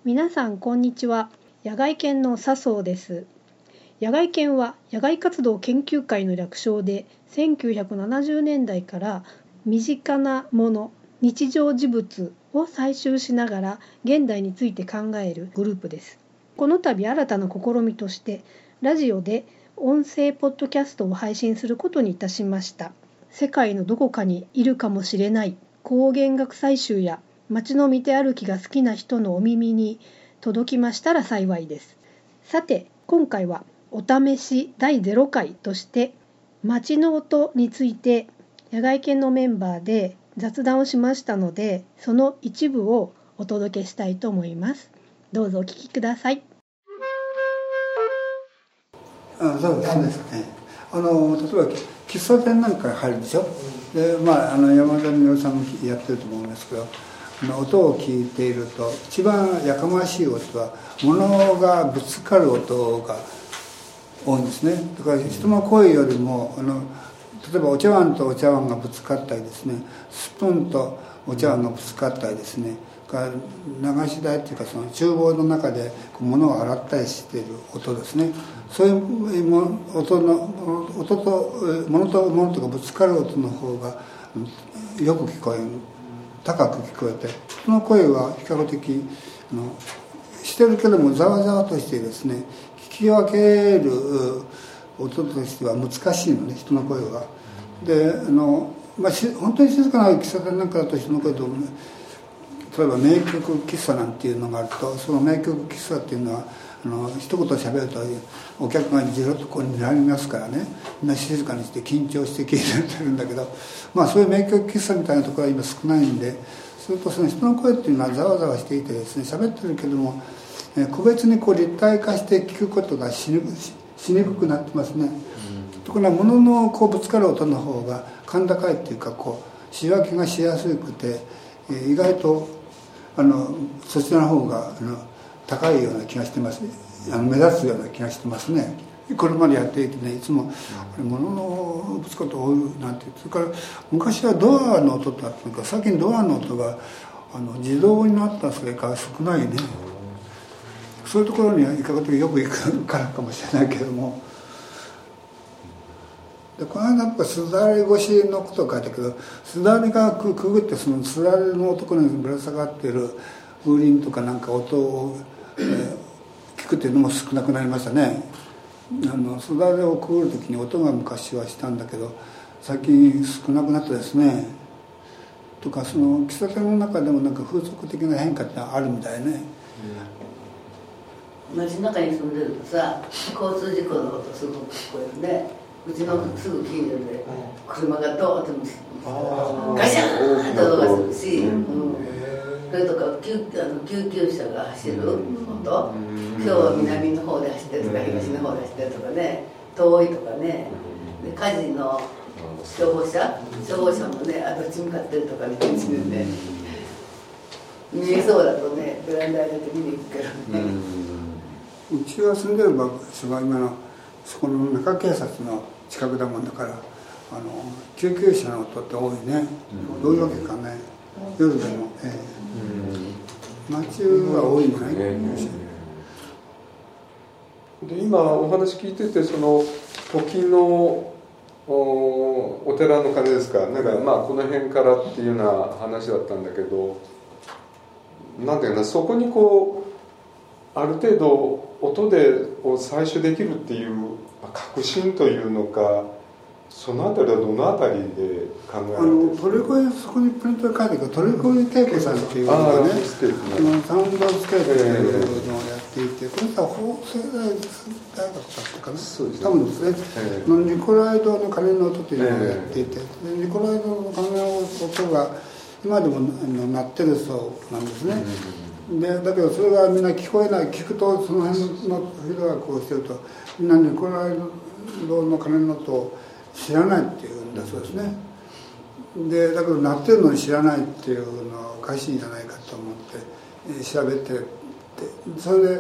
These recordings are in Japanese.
皆さんこんにちは。野外犬の笹生です。野外犬は野外活動研究会の略称で、1970年代から身近なもの、日常事物を採集しながら現代について考えるグループです。この度新たな試みとしてラジオで音声ポッドキャストを配信することにいたしました。世界のどこかにいるかもしれない光源学採集や街の見て歩きが好きな人のお耳に届きましたら幸いです。さて今回はお試し第0回として街の音について野外犬のメンバーで雑談をしましたので、その一部をお届けしたいと思います。どうぞお聞きください。 そうですね。例えば喫茶店なんか入るでしょ。で、山田美代さんもやってると思うんですけど、音を聞いていると一番やかましい音は物がぶつかる音が多いんですね。だから人の声よりも例えばお茶碗とお茶碗がぶつかったりですね、スプーンとお茶碗がぶつかったりですね、流し台っていうかその厨房の中で物を洗ったりしている音ですね。そういう音と物と物とかぶつかる音の方がよく聞こえる、高く聞こえて、人の声は比較的してるけどもざわざわとしてですね、聞き分ける音としては難しいのね、人の声は。で本当に静かな喫茶店なんかだと人の声と、例えば名曲喫茶なんていうのがあると、その名曲喫茶っていうのは一言喋るとお客がじろっとこうにらみますからね、みんな静かにして緊張して聞いてるんだけど、そういう名曲喫茶みたいなところは今少ないんで、するとその人の声っていうのはざわざわしていてですね、喋ってるけども、個別に立体化して聞くことがしにくくなってますね。ところが物のぶつかる音の方が甲高いっていうか仕分けがしやすくて、意外とそちらの方が高いような気がしてます。目立つような気がしてますね。これまでやっていてね、いつも物のぶつかる音多いなんて。それから昔はドアの音だったのか、最近ドアの音が自動になったそれから少ないね。そういうところには比較的よく行くからかもしれないけれども、でこの間やっぱすだれ越しのことを書いたけど、すだれがくぐってそのすだれのところにぶら下がっている風鈴とかなんか音を、聞くっていうのも少なくなりましたね。すだれをくぐる時に音が昔はしたんだけど、最近少なくなったですね。とかその喫茶店の中でもなんか風俗的な変化ってあるみたいね。 街の中に住んでるとさ、交通事故の音すごく聞こえるね。うちのすぐ近所で車がドーッとガシャーンと音がするし、それとか救急車が走る音、今日は南の方で走ってるとか東の方で走ってるとかね、遠いとかね、で火事の消防車もね、どっち向かってるとかね、見えそうだとね、ベランダに出て見に行くけどね。 うちは住んでる場所が今のそこの中警察の近くだもんだから、救急車の音って多いね。どういうわけかね、夜でも、街は多いんじゃない？ で今お話聞いてて、その時のお寺の鐘ですか、なんかこの辺からっていうような話だったんだけど、なんていうかな、そこにある程度音で採取できるっていう確信というのか、そのあたりはどのあたりで考えられてるんですか？ 鳥越、そこにプリントで書いてるけど、鳥越恵子さんっていうのがね、サウンドスケープっていうのをやっていて、これさ法政大学だったかな、多分ですね、ニコライドの鐘の音というのをやっていて、ニコライドの鐘の音が今でも鳴ってるそうなんですね。だけどそれがみんな聞こえない、聞くとその辺のフィードバックをしてると、みんなニコライドの鐘の音を知らないっていうんだそうですね。でだけど鳴ってるのに知らないっていうのはおかしいんじゃないかと思って調べてって、それで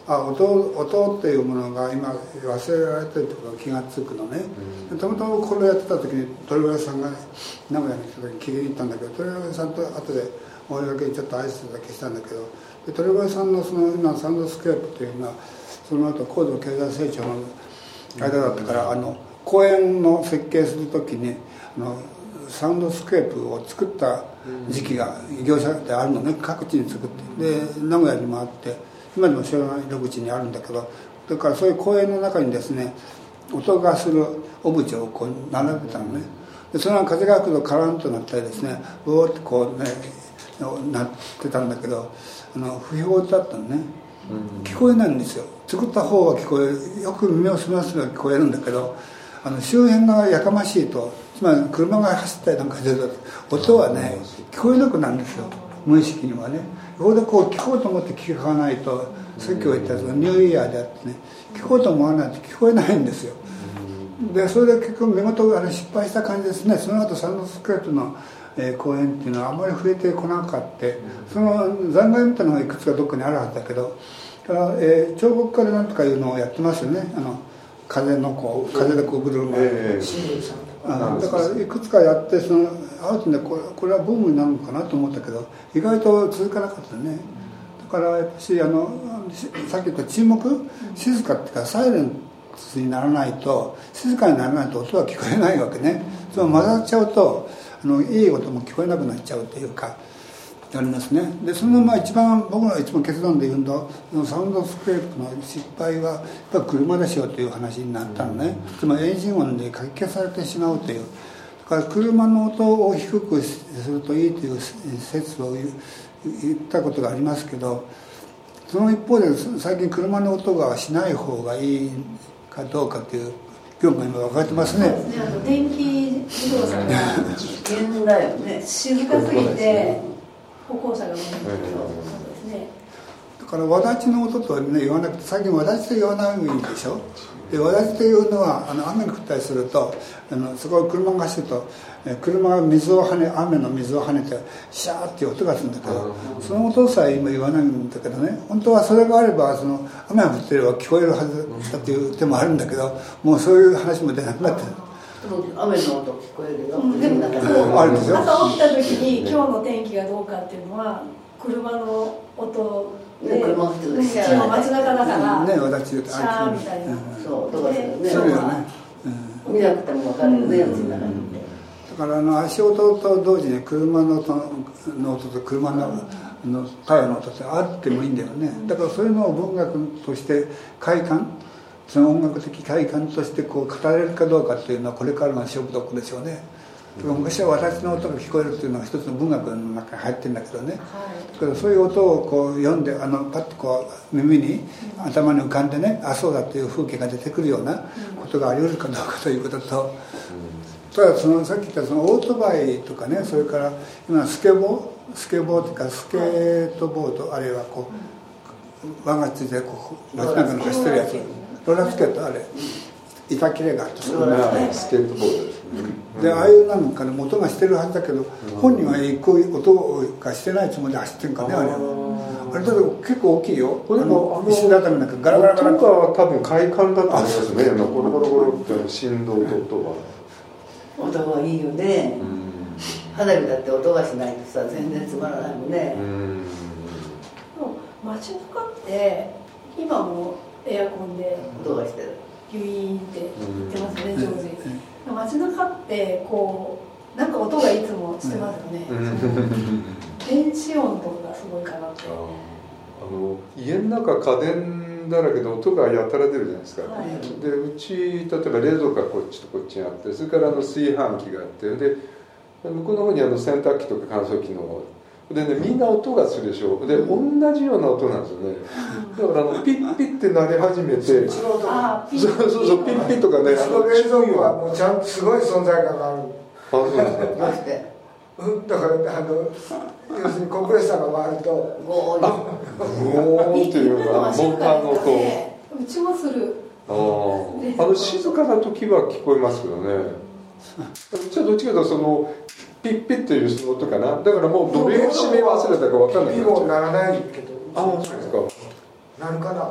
音っていうものが今忘れられてるとか気がつくのね、たまたまこれをやってた時に鳥越さんが名古屋に来た時に聞きに行ったんだけど、鳥越さんと後でお出かけにちょっと挨拶だけしたんだけど、で鳥越さんのその今サウンドスケープっていうのはその後高度経済成長の間だったから、公園の設計する時にサウンドスケープを作った時期が業者であるのね、各地に作って、で名古屋にもあって、今でも知らない緑地にあるんだけど、だからそういう公園の中にですね、音がするオブジェをこう並べたのね。でそれが風が吹くとカランとなったりですね、うおーってこうねなってたんだけど、不評だったのね。聞こえないんですよ。作った方は聞こえる、よく耳を澄ますのは聞こえるんだけど、周辺がやかましいと、つまり車が走ったりなんかしてると音はね聞こえなくなるんですよ、無意識にはね。ここでこう聞こうと思って聞かないと、さっき言ったやつがニューイヤーであってね、聞こうと思わないと聞こえないんですよ。でそれで結局見事失敗した感じですね。その後サウンドスケープの公演っていうのはあんまり増えてこなかった。その残骸みたいなのがいくつかどっかにあるはずだけど、彫刻家でなんとかいうのをやってますよね。風のこう風でこうぐるぐるだからいくつかやって、そのアウトでこれはブームになるのかなと思ったけど、意外と続かなかったね。だからやっぱしさっき言った沈黙、静かっていうかサイレンスにならないと、静かにならないと音は聞こえないわけね。それ混ざっちゃうといい音も聞こえなくなっちゃうというかありますね。でその一番僕の一番結論で言うと、サウンドスケープの失敗はやっぱり車でしょうという話になったのね。つまりエンジン音でかき消されてしまうという。だから車の音を低くするといいという説を言ったことがありますけど、その一方で最近車の音がしない方がいいかどうかという業務が今分かれてますね。 電気自動車が危険だよね。 静かすぎて歩行者が乗るんですけど、そうですね。 だからわだちの音とはね言わなくて、最近わだちと言わないでしょ。でわだちというのは雨が降ったりするとそこを車が走ると車が雨の水を跳ねてシャーっていう音がするんだけど、その音さえ今言わないんだけどね、本当はそれがあれば雨が降っていれば聞こえるはずだという手もあるんだけど、もうそういう話も出なくなってる。 雨の音聞こえるよ。 でもあるんですよ。 朝起きた時に今日の天気がどうかっていうのは車の音で、 車が来てる街中だからね、私シャーみたいな、 そう音がするね。 そうよね。 見なくても分かるよね、家の中に。 だから足音と同時に車の音と車のタイヤの音ってあってもいいんだよね。だからそういうのを文学として快感、その音楽的快感としてこう語れるかどうかっていうのはこれからの勝負どころでしょうね。昔は私の音が聞こえるっていうのが一つの文学の中に入ってるんだけどね、だからそういう音をこう読んでパッとこう耳に頭に浮かんでね、あそうだっていう風景が出てくるようなことがあり得るかどうかということと、たださっき言ったオートバイとかね、それから今スケボーというかスケートボード、あるいはこう輪がついてこう街中なんかしてるやつ、ローラースケート、あれ板切れがあってスケートボードですね。 でああいうなんかね音がしてるはずだけど、本人はこういう音がしてないつもりで走ってるかね、あれだと結構大きいよ。石畳なんかガラガラガラ音が多分快感だと思いますね。ゴロゴロゴロって振動と音は音がいいよね。花火だって音がしないとさ全然つまらないもんね。 街中って今もエアコンで音がしてる。 ギュイーンって言ってますね、上手に。街中ってこうなんか音がいつもしてますよね。電子音とかがすごいかなって。 家の中家電だらけで音がやたら出るじゃないですか、でうち例えば冷蔵庫がこっちとこっちにあって、それから炊飯器があって、で向こうの方に洗濯機とか乾燥機のでね、みんな音がするでしょ。で同じような音なんですよね。だからピッピッって鳴り始めて、そうピッピッとかね、 その冷蔵庫はもうちゃんとすごい存在感がある。 どうして？ だから要するにコンプレッサーが回るとゴーっていうようなモーターの音。 うちもする。 静かな時は聞こえますけどね。うちはどっちかというとピッピッというその音かな。だからもうどれが締め忘れたか分かんない。 ピッピもならないけど。 そうですか。 なるかな。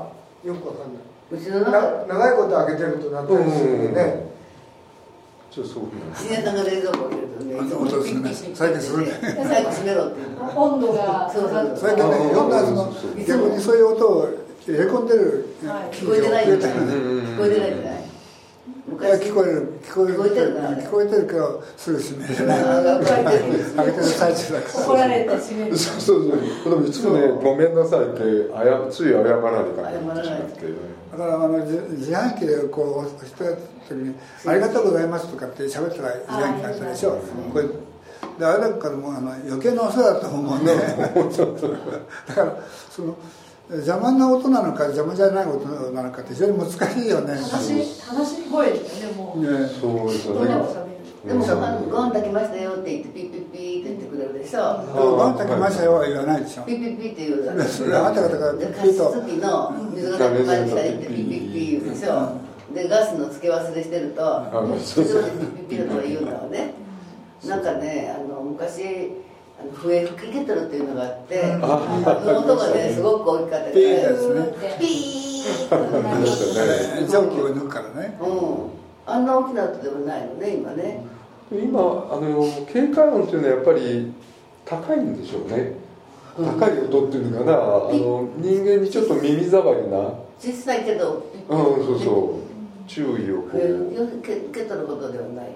よくわかんないうちの中長いこと開けてるとなったりするんでね、 ちょっとそうなんです。 深夜さんが冷蔵庫を開けるとね、いつもそうですね最近するね最後閉めろっていうの。 温度がそうそう最近ねいろんな逆にそういう音を入れ込んでる聞こえてないんだよ。聞こえてないんじゃない。 いや聞こえる聞こえてるけどすぐ閉める開けてる最中だから怒られて閉める。 そうそうそう。でもいつもね、ごめんなさいってつい謝らないかなってしまって。 だから自販機でこう人やった時に「ありがとうございます」とかって喋ったら自販機があったでしょ。これであれだからもう余計なお世話だと思うんでだからその邪魔な音なのか邪魔じゃない音なのかって非常に難しいよね。 話し声ですよね、もう。 ねそうですよね。 でもご飯炊きましたよって言ってピッピッピーって言ってくれるでしょ。 ご飯炊きましたよは言わないでしょ。 ピッピッピーって言うだろ。 それあなた方がピッ加ピーと湿器の水が溜まりしたりってピッピッピー言うでしょ。でガスの付け忘れしてるとそれでピッピッピーだとか言うんだわね。なんかね昔笛吹きケトルっていうのがあって音がねすごく大きかったからピーですね。 ピーッと蒸気を抜くからね。 あんな大きな音でもないのね今ね。 今警戒音っていうのはやっぱり高いんでしょうね。高い音っていうのかな、人間にちょっと耳障りな。 小さいけどそうそう注意をこうケトルことではない、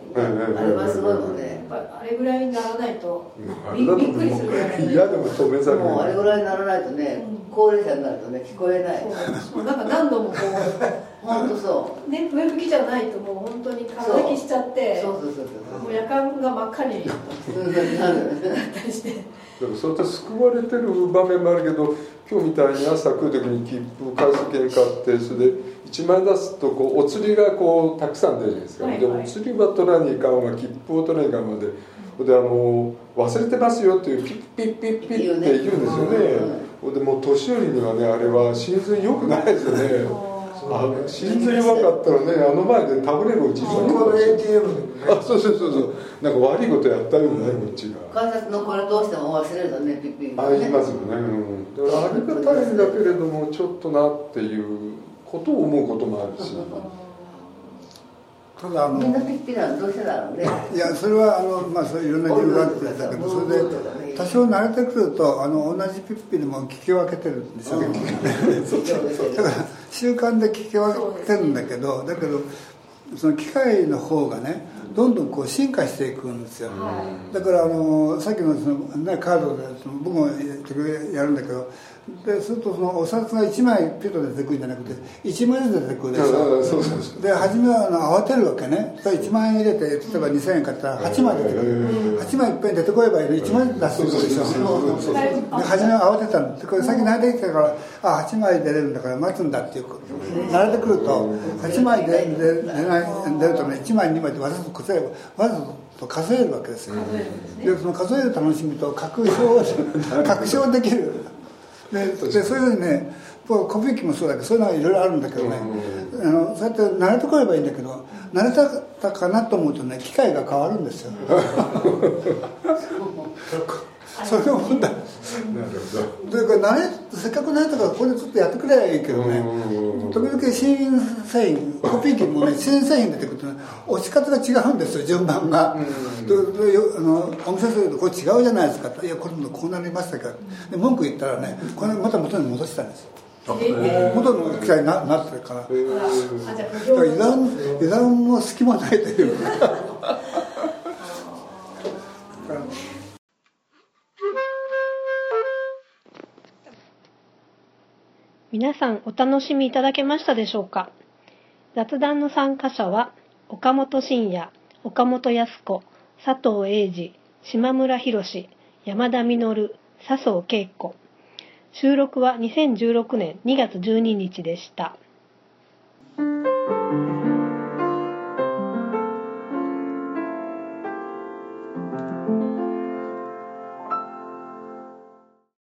あれはすごいのね。 あれぐらいにならないとびっくりするぐらい嫌でも止めざるもうあれぐらいにならないとね、高齢者になるとね聞こえない。 そうなんか何度もこう本当そうね、笛吹きじゃないともう本当に風吹きしちゃってそうもう夜間が真っ赤になったりして。 でもそうやって救われてる場面もあるけど、今日みたいに朝来る時に切符回数券買ってそれで1枚出すとこうお釣りがこうたくさん出るじゃないですか、でお釣りは取らにいかんわ切符を取らにいかんわで忘れてますよっていうピッピッピッピッって言うんですよね、でもう年寄りにはねあれは心臓良くないですよね。心臓弱かったらね前で倒れるおじいさんこの ATM でもねそうなんか悪いことやったよねこっちが改札のこれどうしても忘れるとねピッピッ言いますよね、だからありがたいんだけれどもちょっとなっていうことを思うこともあるし、 ただみんなピッピなのどうしてだろうね。 いやそれはそういろんな理由があってだけど、それで多少慣れてくると同じピッピでも聞き分けてるんですよ、だから習慣で聞き分けてるんだけど、その機械の方がねどんどんこう進化していくんですよ、だからさっきのカードで僕もやるんだけど、でするとそのお札が1枚ピュッと出てくるんじゃなくて1枚ずつ出てくるでしょ。で初めは慌てるわけね。1万円入れて例えば2000円買ったら8枚出てくる、8枚いっぺん出てこればいいのに1枚出してくるでしょ。で初めは慌てたので、これ先慣れてきたから8枚出れるんだから待つんだっていう慣れてくると8枚出るとね1枚2枚ってわざと数えるわけですよ。でその数える楽しみと確証できるでそういうふうにねコピー機もそうだけどそういうのがいろいろあるんだけどね、そうやって慣れてこればいいんだけど、慣れたかなと思うとね機械が変わるんですよそれを問題だからせっかく慣れたからこれちょっとやってくればいいけどね、時々新製品コピー機もね新製品出てくるとね押し方が違うんですよ順番が、お店するとこれ違うじゃないですかって、いやこれこうなりましたからで文句言ったらねこれまた元に戻したんですよ。元の機械になってるから、油断も隙もないというか皆さんお楽しみいただけましたでしょうか。雑談の参加者は岡本真也、岡本靖子、佐藤英二、島村博、山田実、笹生恵子。収録は2016年2月12日でした。